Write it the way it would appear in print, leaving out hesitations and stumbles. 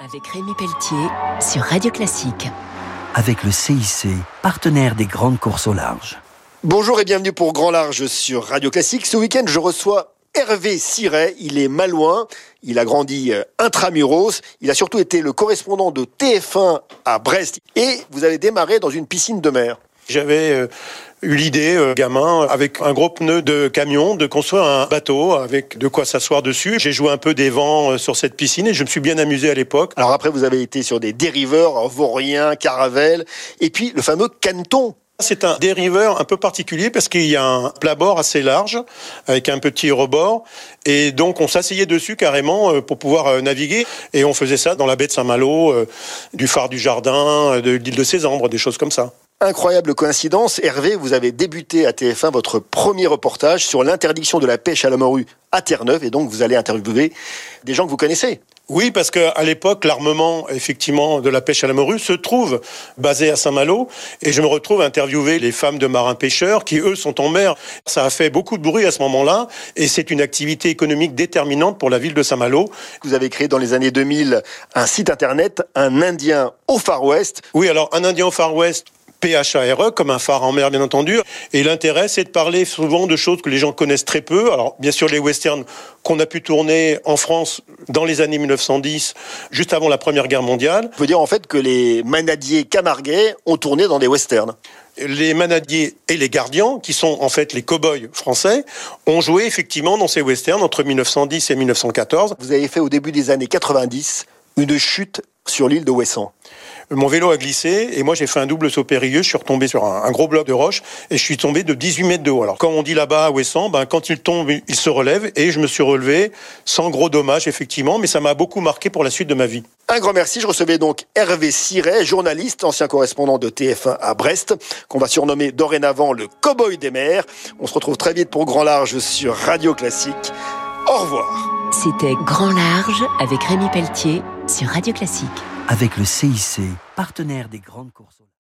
Avec Rémi Pelletier sur Radio Classique. Avec le CIC, partenaire des grandes courses au large. Bonjour et bienvenue pour Grand Large sur Radio Classique. Ce week-end, je reçois Hervé Siret. Il est malouin, il a grandi intramuros. Il a surtout été le correspondant de TF1 à Brest. Et vous avez démarré dans une piscine de mer. J'avais eu l'idée, gamin, avec un gros pneu de camion, de construire un bateau avec de quoi s'asseoir dessus. J'ai joué un peu des vents sur cette piscine et je me suis bien amusé à l'époque. Alors après, vous avez été sur des dériveurs, Vaurien, Caravelle, et puis le fameux caneton. C'est un dériveur un peu particulier parce qu'il y a un plat-bord assez large avec un petit rebord et donc on s'asseyait dessus carrément pour pouvoir naviguer et on faisait ça dans la baie de Saint-Malo, du phare du Jardin, de l'île de Sésambre, des choses comme ça. Incroyable coïncidence, Hervé, vous avez débuté à TF1 votre premier reportage sur l'interdiction de la pêche à la morue à Terre-Neuve et donc vous allez interviewer des gens que vous connaissez. Oui, parce qu'à l'époque, l'armement, effectivement, de la pêche à la morue se trouve basé à Saint-Malo et je me retrouve à interviewer les femmes de marins-pêcheurs qui, eux, sont en mer. Ça a fait beaucoup de bruit à ce moment-là et c'est une activité économique déterminante pour la ville de Saint-Malo. Vous avez créé dans les années 2000 un site internet, Un Indien au Far West. Oui, alors Un Indien au Far West, PHARE, comme un phare en mer, bien entendu. Et l'intérêt, c'est de parler souvent de choses que les gens connaissent très peu. Alors, bien sûr, les westerns qu'on a pu tourner en France dans les années 1910, juste avant la Première Guerre mondiale. Je veux dire, en fait, que les manadiers camarguais ont tourné dans des westerns. Les manadiers et les gardiens, qui sont en fait les cow-boys français, ont joué effectivement dans ces westerns entre 1910 et 1914. Vous avez fait au début des années 90 une chute sur l'île de Ouessant. Mon vélo a glissé et moi j'ai fait un double saut périlleux. Je suis retombé sur un gros bloc de roche et je suis tombé de 18 mètres de haut. Alors comme on dit là-bas à Ouessant, quand il tombe, il se relève et je me suis relevé sans gros dommages effectivement, mais ça m'a beaucoup marqué pour la suite de ma vie. Un grand merci. Je recevais donc Hervé Siret, journaliste, ancien correspondant de TF1 à Brest, qu'on va surnommer dorénavant le cow-boy des mers. On se retrouve très vite pour Grand Large sur Radio Classique. Au revoir. C'était Grand Large avec Rémi Pelletier sur Radio Classique. Avec le CIC, partenaire des grandes courses au large.